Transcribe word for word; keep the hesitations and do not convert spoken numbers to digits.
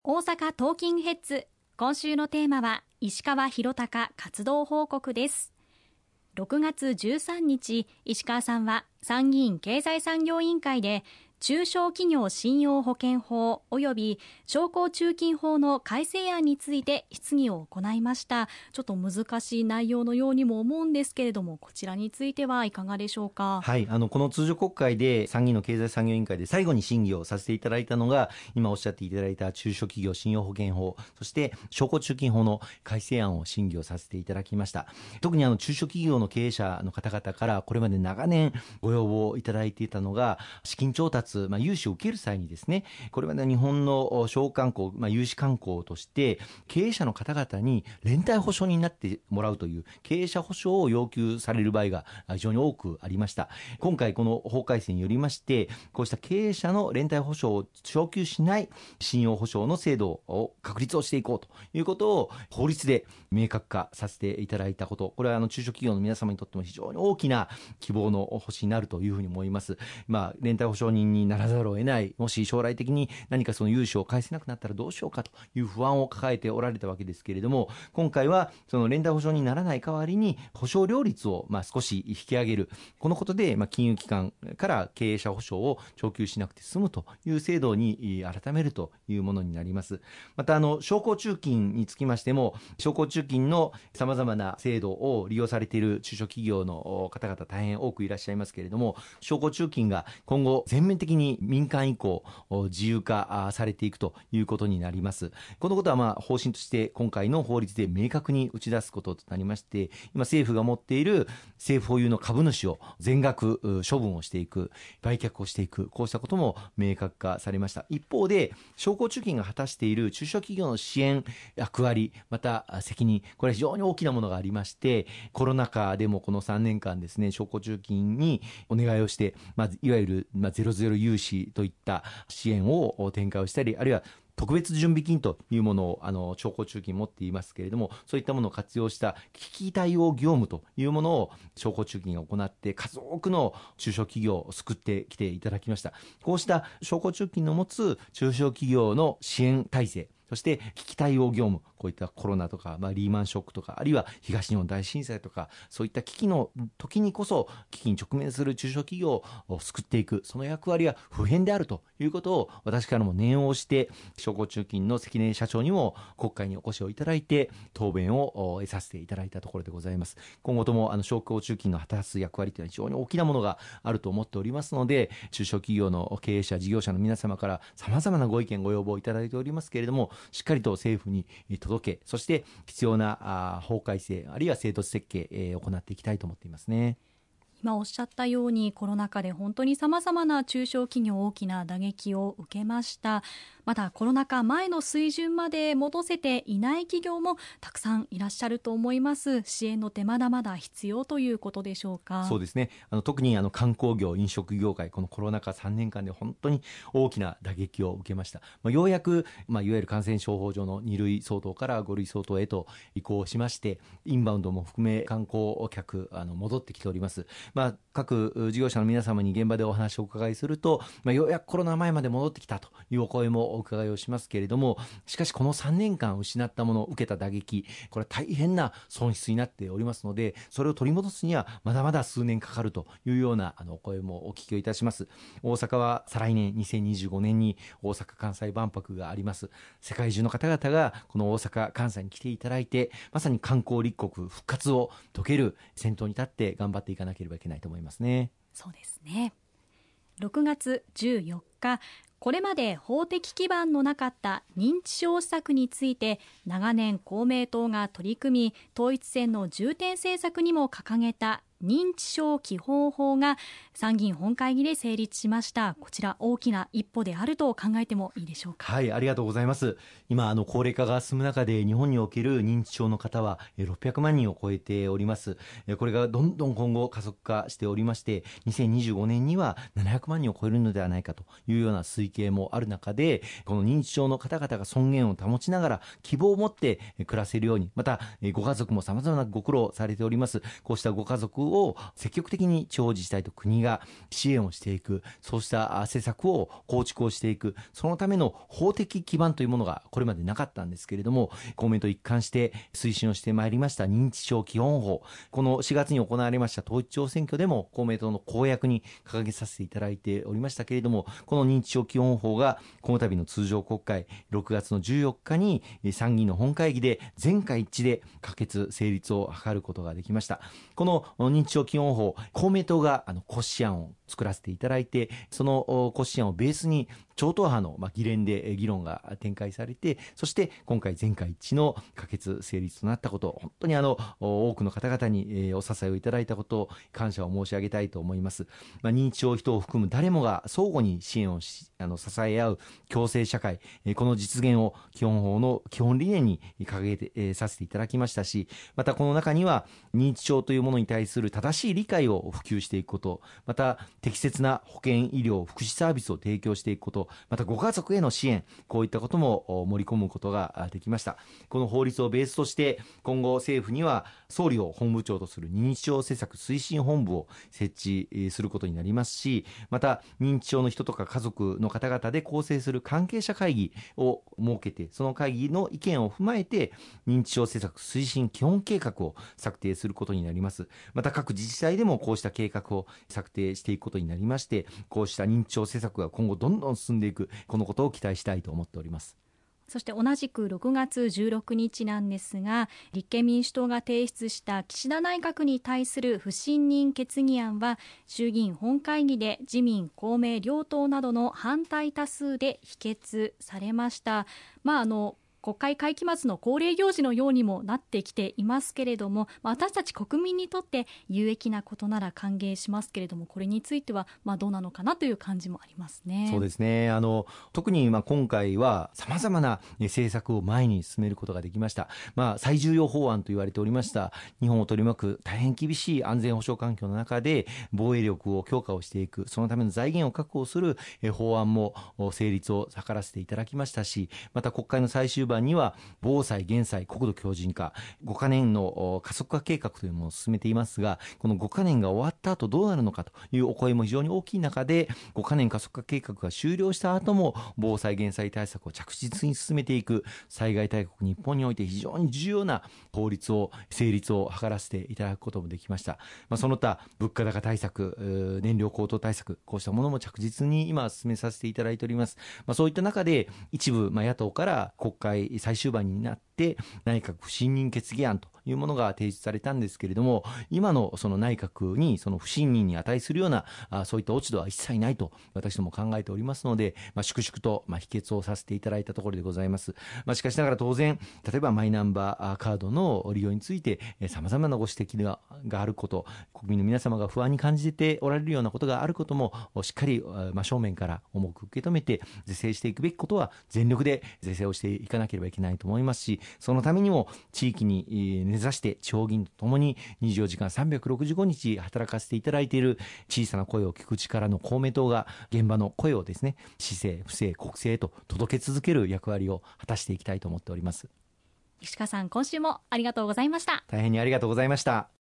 大阪トーキングヘッズ、今週のテーマは石川博隆活動報告です。ろくがつじゅうさんにち、石川さんは参議院経済産業委員会で中小企業信用保険法及び商工中金法の改正案について質疑を行いました。ちょっと難しい内容のようにも思うんですけれども、こちらについてはいかがでしょうか。 はい、あのこの通常国会で参議院の経済産業委員会で最後に審議をさせていただいたのが、今おっしゃっていただいた中小企業信用保険法、そして商工中金法の改正案を審議をさせていただきました。特にあの中小企業の経営者の方々からこれまで長年ご要望いただいていたのが、資金調達、まあ、融資を受ける際にですね、これまで日本の商慣行、まあ、融資慣行として経営者の方々に連帯保証人になってもらうという経営者保証を要求される場合が非常に多くありました。今回この法改正によりまして、こうした経営者の連帯保証を昇給しない信用保証の制度を確立をしていこうということを法律で明確化させていただいたこと、これはあの中小企業の皆様にとっても非常に大きな希望の星になるというふうに思います。まあ、連帯保証人にならざるを得ない、もし将来的に何かその融資を返せなくなったらどうしようかという不安を抱えておられたわけですけれども、今回はその連帯保証人にならない代わりに保証料率をまあ少し引き上げる、このことでまあ金融機関から経営者保証を徴求しなくて済むという制度に改めるというものになります。またあの商工中金につきましても、商工中金のさまざまな制度を利用されている中小企業の方々大変多くいらっしゃいますけれども、商工中金が今後全面的に民間移行自由化されていくということになります。このことはまあ方針として今回の法律で明確に打ち出すこととなりまして、今政府が持っている政府保有の株主を全額処分をしていく、売却をしていく、こうしたことも明確化されました。一方で商工中金が果たしている中小企業の支援役割、また責任、これは非常に大きなものがありまして、コロナ禍でもこのさんねんかんですね、商工中金にお願いをして、まあ、いわゆるまあゼロゼロ融資といった支援を展開をしたり、あるいは特別準備金というものをあの商工中金持っていますけれども、そういったものを活用した危機対応業務というものを商工中金が行って、数多くの中小企業を救ってきていただきました。こうした商工中金の持つ中小企業の支援体制、そして危機対応業務、こういったコロナとか、まあ、リーマンショックとか、あるいは東日本大震災とか、そういった危機の時にこそ危機に直面する中小企業を救っていく、その役割は不変であるということを私からも念をして、商工中金の関根社長にも国会にお越しをいただいて答弁を得させていただいたところでございます。今後ともあの商工中金の果たす役割というのは非常に大きなものがあると思っておりますので、中小企業の経営者事業者の皆様からさまざまなご意見ご要望いただいておりますけれども、しっかりと政府に届け、そして必要な法改正、あるいは制度設計を行っていきたいと思っていますね。 今おっしゃったように、コロナ禍で本当にさまざまな中小企業大きな打撃を受けました。まだコロナ禍前の水準まで戻せていない企業もたくさんいらっしゃると思います。支援の手まだまだ必要ということでしょうか。 そうですね、あの特にあの観光業、飲食業界、このコロナ禍さんねんかんで本当に大きな打撃を受けました。まあ、ようやく、まあ、いわゆる感染症法上のに類相当からご類相当へと移行しまして、インバウンドも含め観光客あの戻ってきております。まあ、各事業者の皆様に現場でお話をお伺いすると、まあ、ようやくコロナ前まで戻ってきたというお声もお伺いをしますけれども、しかしこのさんねんかん失ったもの、受けた打撃、これは大変な損失になっておりますので、それを取り戻すにはまだまだ数年かかるというようなあのお声もお聞きをいたします。大阪は再来年にせんにじゅうごねんに大阪・関西万博があります。世界中の方々がこの大阪・関西に来ていただいて、まさに観光立国復活を遂げる先頭に立って頑張っていかなければいけないと思いますね。 そうですね。ろくがつじゅうよっか、これまで法的基盤のなかった認知症施策について長年公明党が取り組み、統一選の重点政策にも掲げた認知症基本法が参議院本会議で成立しました。こちら大きな一歩であると考えてもいいでしょうか。 はい、ありがとうございます。今あの高齢化が進む中で日本における認知症の方はろっぴゃくまんにんを超えております。これがどんどん今後加速化しておりまして、にせんにじゅうごねんにはななひゃくまんにんを超えるのではないかというような推計もある中で、この認知症の方々が尊厳を保ちながら希望を持って暮らせるように、またご家族も様々なご苦労されております。こうしたご家族を積極的に地方自治体と国が支援をしていく、そうした施策を構築をしていく、そのための法的基盤というものがこれまでなかったんですけれども、公明党一貫して推進をしてまいりました認知症基本法、このしがつに行われました統一地方選挙でも公明党の公約に掲げさせていただいておりましたけれども、この認知症基本法がこの度の通常国会ろくがつのじゅうよっかに参議院の本会議で全会一致で可決成立を図ることができました。この認知症基本法、公明党があの骨子案を作らせていただいて、その骨子案をベースに超党派のまあ議連で議論が展開されて、そして今回全会一致の可決成立となったこと、本当にあの多くの方々にお支えをいただいたことを感謝を申し上げたいと思います。まあ、認知症人を含む誰もが相互に支援をしあの支え合う共生社会、この実現を基本法の基本理念に掲げて、えー、させていただきましたし、またこの中には認知症というものに対する正しい理解を普及していくこと、また適切な保健医療福祉サービスを提供していくこと、またご家族への支援、こういったことも盛り込むことができました。この法律をベースとして今後政府には総理を本部長とする認知症施策推進本部を設置することになりますし、また認知症の人とか家族の方々で構成する関係者会議を設けて、その会議の意見を踏まえて認知症施策推進基本計画を策定することになります。また各自治体でもこうした計画を策定していくことになりまして、こうした認知症施策が今後どんどん進んでいく、このことを期待したいと思っております。 そして同じくろくがつじゅうろくにちなんですが、立憲民主党が提出した岸田内閣に対する不信任決議案は衆議院本会議で自民公明両党などの反対多数で否決されました。まああの国会会期末の恒例行事のようにもなってきていますけれども、私たち国民にとって有益なことなら歓迎しますけれども、これについてはまあどうなのかなという感じもありますね。 そうですね。あの特にまあ今回はさまざまな政策を前に進めることができました。まあ、最重要法案と言われておりました日本を取り巻く大変厳しい安全保障環境の中で防衛力を強化をしていく、そのための財源を確保する法案も成立を図らせていただきましたし、また国会の最終盤には防災減災国土強靭化ごかねんの加速化計画というものを進めていますが、このごかねんが終わった後どうなるのかというお声も非常に大きい中で、ごかねん加速化計画が終了した後も防災減災対策を着実に進めていく、災害大国日本において非常に重要な法律を成立を図らせていただくこともできました。まあ、その他物価高対策、燃料高騰対策、こうしたものも着実に今進めさせていただいております。まあ、そういった中で一部、まあ、野党から国会最終盤になって内閣不信任決議案というものが提出されたんですけれども、今のその内閣にその不信任に値するようなあそういった落ち度は一切ないと私ども考えておりますので、まあ、粛々とまあ否決をさせていただいたところでございます。まあ、しかしながら当然例えばマイナンバーカードの利用についてさまざまなご指摘があること、国民の皆様が不安に感じておられるようなことがあることもしっかり真正面から重く受け止めて是正していくべきことは全力で是正をしていかなければいけないと思いますし、そのためにも地域に根ざして地方議員とともににじゅうよじかんさんびゃくろくじゅうごにち働かせていただいている小さな声を聞く力の公明党が現場の声をですね、市政府政国政へと届け続ける役割を果たしていきたいと思っております。 石川さん、今週もありがとうございました。 大変にありがとうございました。